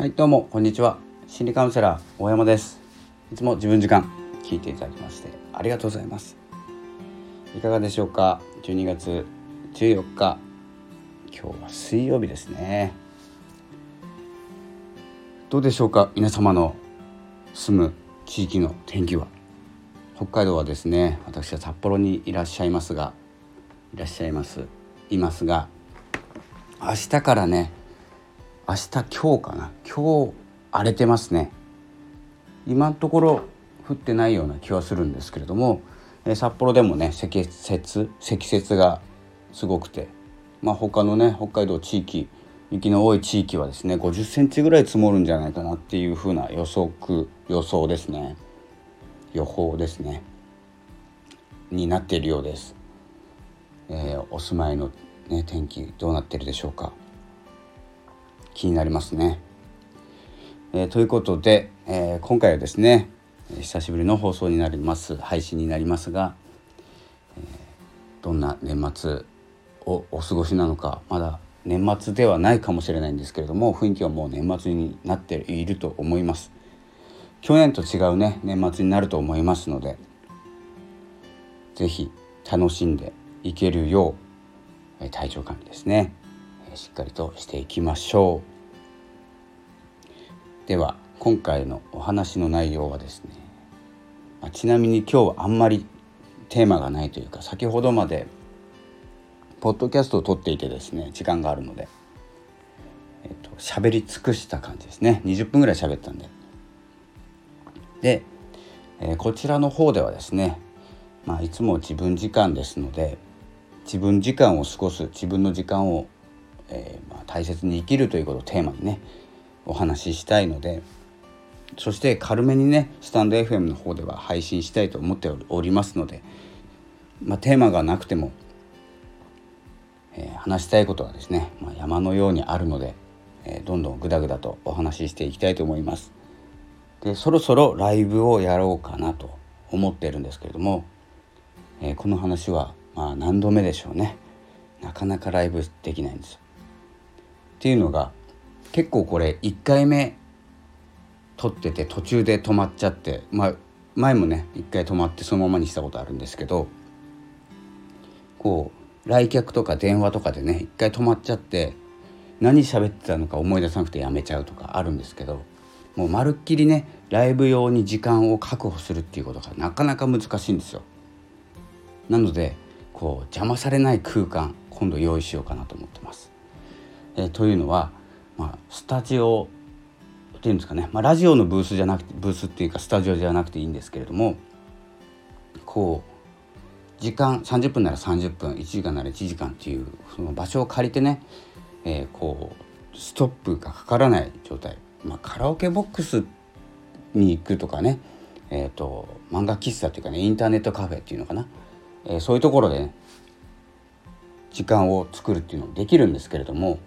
はいどうもこんにちは。心理カウンセラー大山です。いつも自分時間聞いていただきましてありがとうございます。いかがでしょうか。12月14日今日は水曜日ですね。どうでしょうか。皆様の住む地域の天気は。北海道はですね、私は札幌にいらっしゃいますが明日からね、今日荒れてますね。今のところ降ってないような気はするんですけれども、札幌でもね積雪がすごくて、他のね北海道地域、雪の多い地域はですね50センチぐらい積もるんじゃないかなっていう風な予報ですねになっているようです。お住まいの、天気どうなってるでしょうか。気になりますね。ということで、今回はですね久しぶりの放送になります配信になりますが、どんな年末をお過ごしなのか。まだ年末ではないかもしれないんですけれども、雰囲気はもう年末になっていると思います。去年と違うね年末になると思いますので、ぜひ楽しんでいけるよう体調管理ですね、しっかりとしていきましょう。では今回のお話の内容はですね、ちなみに今日はあんまりテーマがないというか、先ほどまでポッドキャストを撮っていてですね、時間があるので喋り尽くした感じですね。20分ぐらい喋ったんで、こちらの方ではですね、いつも自分時間ですので、自分時間を過ごす、自分の時間を、大切に生きるということをテーマにねお話ししたいので、そして軽めにねスタンド FM の方では配信したいと思っておりますので、テーマがなくても、話したいことはですね、山のようにあるので、どんどんグダグダとお話ししていきたいと思います。でそろそろライブをやろうかなと思っているんですけれども、この話は何度目でしょうね。なかなかライブできないんですよ。っていうのが、結構これ1回目撮ってて途中で止まっちゃって、前もね1回止まってそのままにしたことあるんですけど、来客とか電話とかでね1回止まっちゃって何喋ってたのか思い出さなくてやめちゃうとかあるんですけど、もうまるっきりねライブ用に時間を確保するっていうことがなかなか難しいんですよ。なので邪魔されない空間今度用意しようかなと思ってます。というのは、スタジオっていうんですかね、ラジオのブースっていうかスタジオじゃなくていいんですけれども、時間30分なら30分、1時間なら1時間っていうその場所を借りてね、ストップがかからない状態、カラオケボックスに行くとかね、漫画喫茶っていうかね、インターネットカフェっていうのかな、そういうところでね時間を作るっていうのもできるんですけれども、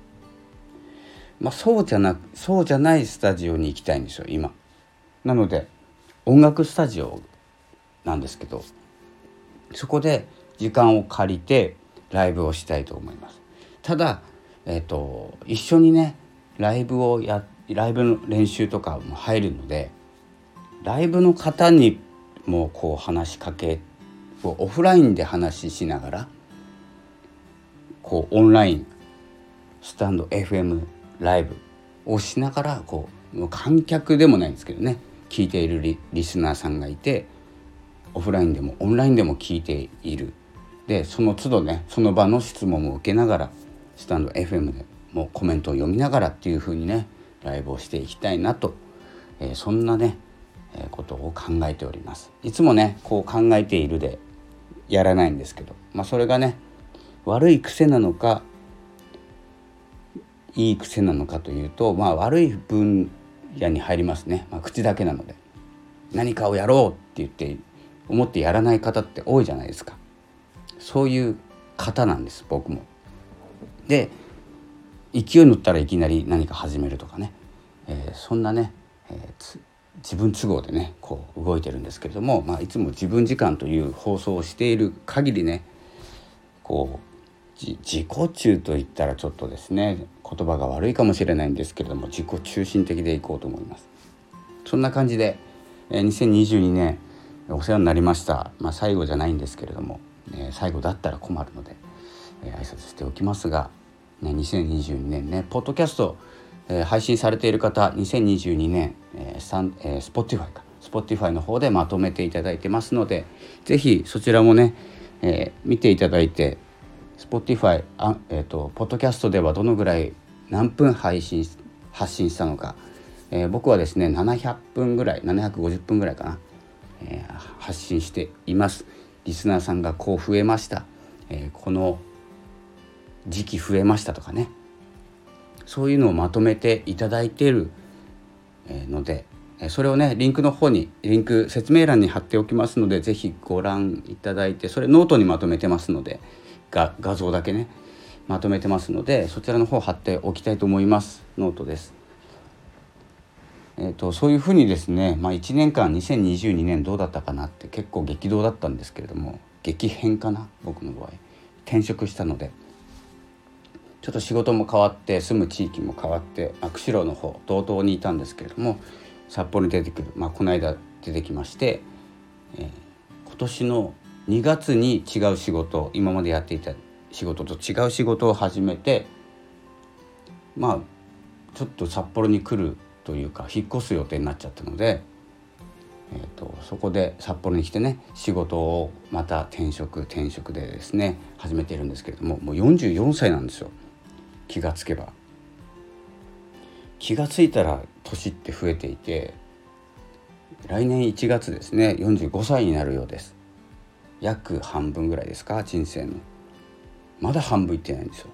そうじゃないスタジオに行きたいんですよ今。なので音楽スタジオなんですけど、そこで時間を借りてライブをしたいと思います。ただ、一緒にねライブの練習とかも入るので、ライブの方にも話しかけオフラインで話しながらオンラインスタンド FM ライブをしながら観客でもないんですけどね、聞いているリスナーさんがいて、オフラインでもオンラインでも聞いている。でその都度ねその場の質問も受けながらスタンド FM でもコメントを読みながらっていう風にねライブをしていきたいなと、そんなね、ことを考えております。いつもね考えているでやらないんですけど、それがね悪い癖なのかいい癖なのかというと、悪い分野に入りますね。口だけなので何かをやろうって言って思ってやらない方って多いじゃないですか。そういう方なんです僕も。で勢い乗ったらいきなり何か始めるとかね、そんなね、自分都合でね動いてるんですけれども、いつも自分時間という放送をしている限りね自己中と言ったらちょっとですね言葉が悪いかもしれないんですけれども、自己中心的でいこうと思います。そんな感じで2022年お世話になりました。最後じゃないんですけれども、最後だったら困るので、挨拶しておきますが、2022年ねポッドキャスト、配信されている方2022年、Spotify の方でまとめていただいてますので、ぜひそちらもね、見ていただいて、Spotify、ポッドキャストではどのぐらい何分発信したのか、僕はですね700分ぐらい750分ぐらいかな、発信しています。リスナーさんがこう増えました、この時期増えましたとかね、そういうのをまとめていただいているので、それをねリンク説明欄に貼っておきますので、ぜひご覧いただいて、それノートにまとめてますので、画像だけねまとめてますので、そちらの方貼っておきたいと思います。ノートです。そういうふうにですね、1年間2022年どうだったかなって、結構激動だったんですけれども、激変かな、僕の場合転職したのでちょっと仕事も変わって、住む地域も変わって、釧路の方道東にいたんですけれども、札幌に出てくる、この間出てきまして、今年の2月に違う仕事、今までやっていた仕事と違う仕事を始めて、ちょっと札幌に来るというか引っ越す予定になっちゃったので、そこで札幌に来てね仕事をまた転職でですね始めているんですけれども、もう44歳なんですよ。気がつけば、気がついたら年って増えていて、来年1月ですね45歳になるようです。約半分ぐらいですか、人生の。まだ半分いってないんですよ。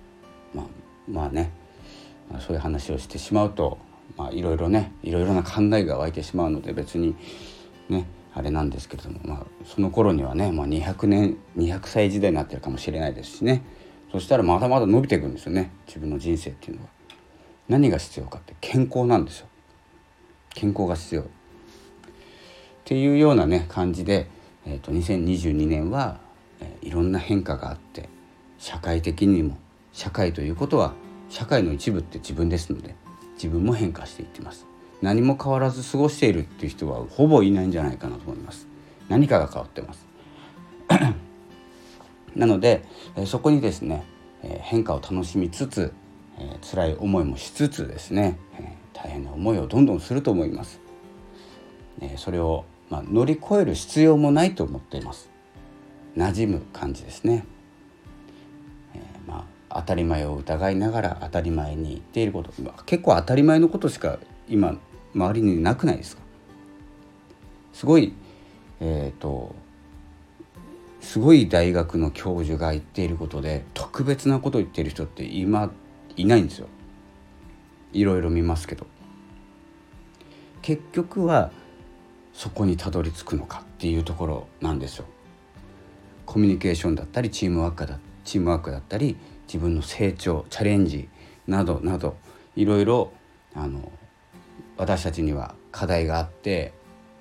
そういう話をしてしまうと、いろいろな考えが湧いてしまうので、別にねあれなんですけれども、その頃にはね、200歳時代になってるかもしれないですしね。そしたらまだまだ伸びていくんですよね、自分の人生っていうのは。何が必要かって健康なんですよ。健康が必要っていうようなね感じで、2022年は、いろんな変化があって、社会的にも、社会ということは社会の一部って自分ですので、自分も変化していってます。何も変わらず過ごしているっていう人はほぼいないんじゃないかなと思います。何かが変わってますなので、そこにですね、変化を楽しみつつ、辛い思いもしつつですね、大変な思いをどんどんすると思います。それを、乗り越える必要もないと思っています。馴染む感じですね。当たり前を疑いながら当たり前に言っていること、結構当たり前のことしか今周りになくないですか。すごい大学の教授が言っていることで特別なことを言っている人って今いないんですよ。いろいろ見ますけど、結局はそこにたどり着くのかっていうところなんですよ。コミュニケーションだったりチームワークだったり、自分の成長チャレンジなどなど、いろいろ私たちには課題があって、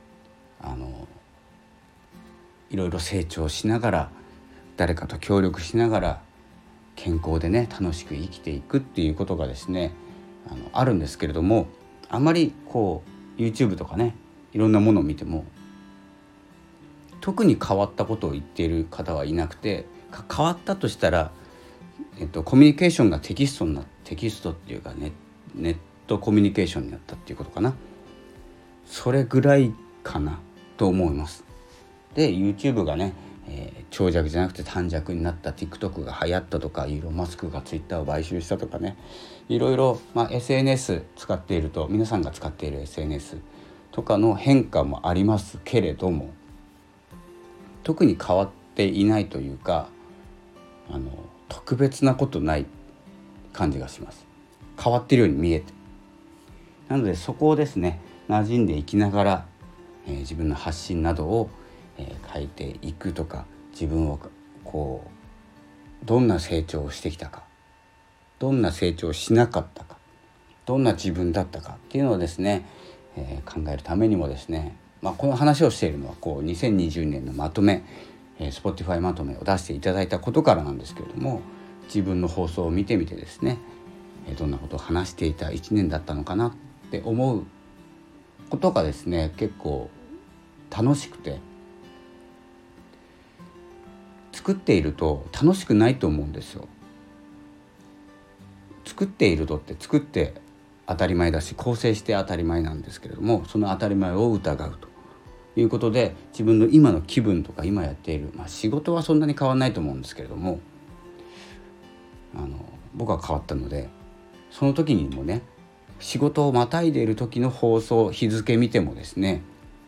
いろいろ成長しながら、誰かと協力しながら健康でね楽しく生きていくっていうことがですねあるんですけれども、あまりYouTube とかねいろんなものを見ても特に変わったことを言っている方はいなくて、変わったとしたら、コミュニケーションがテキストっていうかネットコミュニケーションになったっていうことかな。それぐらいかなと思います。で YouTube がね、長尺じゃなくて短尺になった、 TikTok が流行ったとか、イーロン・マスクが Twitter を買収したとかね、いろいろ、SNS 使っていると、皆さんが使っている SNS とかの変化もありますけれども、特に変わっていないというか、特別なことない感じがします。変わっているように見えて、なのでそこをですね馴染んでいきながら、自分の発信などを、変えていくとか、自分をどんな成長をしてきたか、どんな成長をしなかったか、どんな自分だったかっていうのをですね、考えるためにもですね、この話をしているのは2020年のまとめ、 Spotify まとめを出していただいたことからなんですけれども、自分の放送を見てみてですね、どんなことを話していた1年だったのかなって思うことがですね、結構楽しくて、作っていると楽しくないと思うんですよ。作っているとって作って当たり前だし、構成して当たり前なんですけれども、その当たり前を疑うということで、自分の今の気分とか今やっている、仕事はそんなに変わらないと思うんですけれども、僕は変わったので、その時にもね、仕事をまたいでいる時の放送日付見てもですね、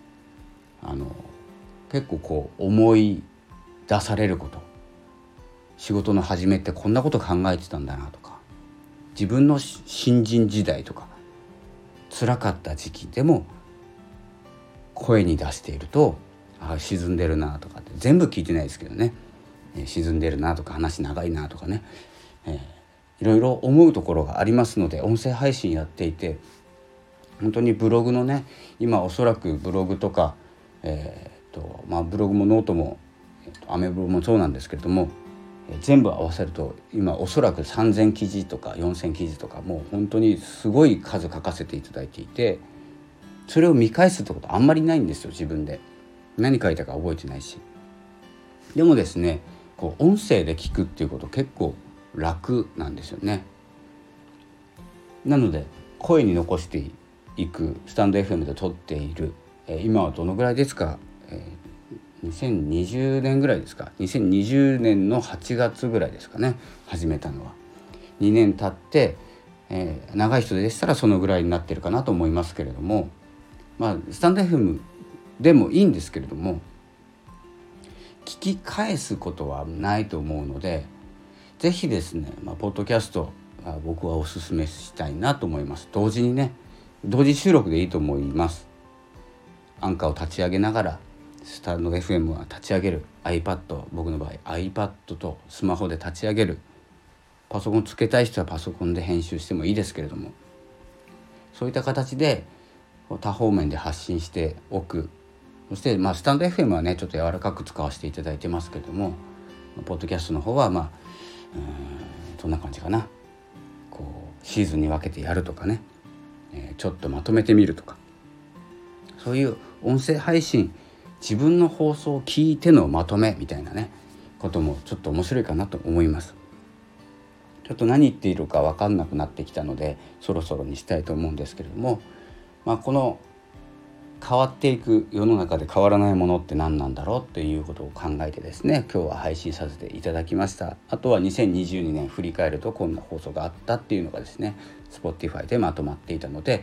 結構思い出されること、仕事の始めってこんなこと考えてたんだなとか、自分の新人時代とか辛かった時期でも声に出していると、沈んでるなとかって、全部聞いてないですけどね、沈んでるなとか話長いなとかね、いろいろ思うところがありますので、音声配信やっていて本当にブログのね、今おそらくブログとか、ブログもノートも、アメブロもそうなんですけれども、全部合わせると今おそらく3000記事とか4000記事とか、もう本当にすごい数書かせていただいていて、それを見返すってことあんまりないんですよ。自分で何書いたか覚えてないし。でもですね、音声で聞くっていうこと結構楽なんですよね。なので声に残していくスタンド FM で撮っている、今はどのぐらいですか、2020年ぐらいですか、2020年の8月ぐらいですかね、始めたのは。2年経って、長い人でしたらそのぐらいになってるかなと思いますけれども、スタンド FM でもいいんですけれども、聞き返すことはないと思うので、ぜひですね、ポッドキャスト僕はおすすめしたいなと思います。同時にね、同時収録でいいと思います。アンカーを立ち上げながらスタンド FM は立ち上げる、 iPad、 僕の場合 iPad とスマホで立ち上げる、パソコンつけたい人はパソコンで編集してもいいですけれども、そういった形で多方面で発信しておく。そしてスタンド FM はねちょっと柔らかく使わせていただいてますけれども、ポッドキャストの方はどんな感じかな、シーズンに分けてやるとかね、ちょっとまとめてみるとか、そういう音声配信、自分の放送を聞いてのまとめみたいなねこともちょっと面白いかなと思います。ちょっと何言っているか分かんなくなってきたので、そろそろにしたいと思うんですけれども、この変わっていく世の中で変わらないものって何なんだろうっていうことを考えてですね、今日は配信させていただきました。あとは2022年振り返るとこんな放送があったっていうのがですね、 Spotify でまとまっていたので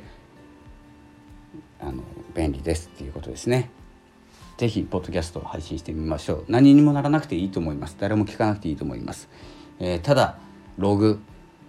便利ですっていうことですね。ぜひポッドキャストを配信してみましょう。何にもならなくていいと思います。誰も聞かなくていいと思います。ただログ、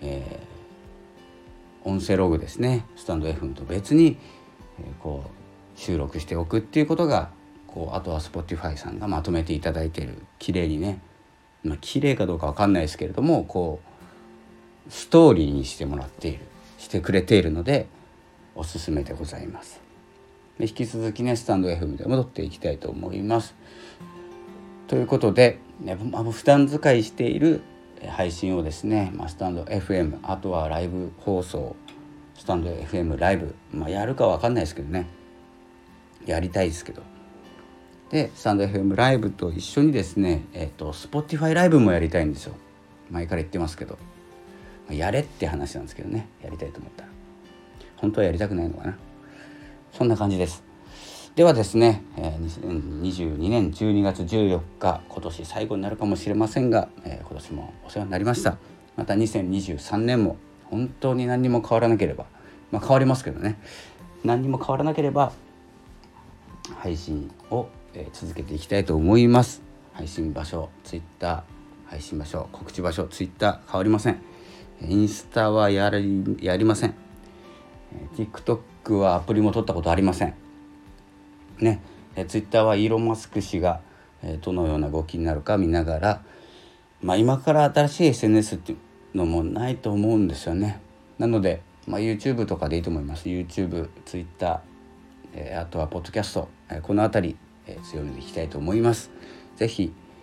音声ログですね、スタンド FM と別に、収録しておくっていうことが、あとは Spotify さんがまとめていただいている、綺麗にね、綺麗かどうか分かんないですけれども、ストーリーにしてくれているのでおすすめでございます。で引き続きね、スタンド FM で戻っていきたいと思います。ということで、普段使いしている配信をですね、スタンド FM、 あとはライブ放送、スタンド FM ライブ、やるか分かんないですけどね、やりたいですけど、でスタンド FM ライブと一緒にですね、Spotify ライブもやりたいんですよ。前から言ってますけど、やれって話なんですけどね、やりたいと思ったら。本当はやりたくないのかな。そんな感じです。ではですね、2022年12月14日、今年最後になるかもしれませんが、今年もお世話になりました。また2023年も本当に何にも変わらなければ、変わりますけどね、何にも変わらなければ配信を続けていきたいと思います。配信場所、Twitter、配信場所、告知場所、Twitter 変わりません。インスタはやりません。TikTok はアプリも取ったことありませんね。Twitter はイーロン・マスク氏がどのような動きになるか見ながら、今から新しい SNS っていうのもないと思うんですよね。なので、YouTube とかでいいと思います。 YouTube、Twitter、あとはポッドキャスト、このあたり、強めていきたいと思います。ぜひ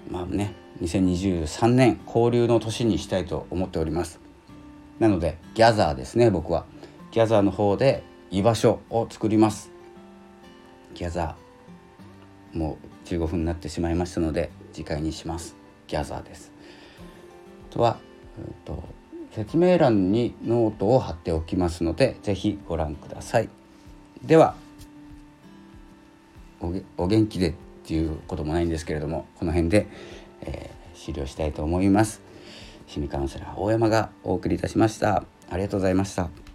2023年交流の年にしたいと思っております。なのでギャザーですね。僕はギャザーの方で居場所を作ります。ギャザーもう15分になってしまいましたので次回にします。ギャザーです。あとは、説明欄にノートを貼っておきますのでぜひご覧ください。ではお元気でっていうこともないんですけれども、この辺で、終了したいと思います。心理カウンセラー大山がお送りいたしました。ありがとうございました。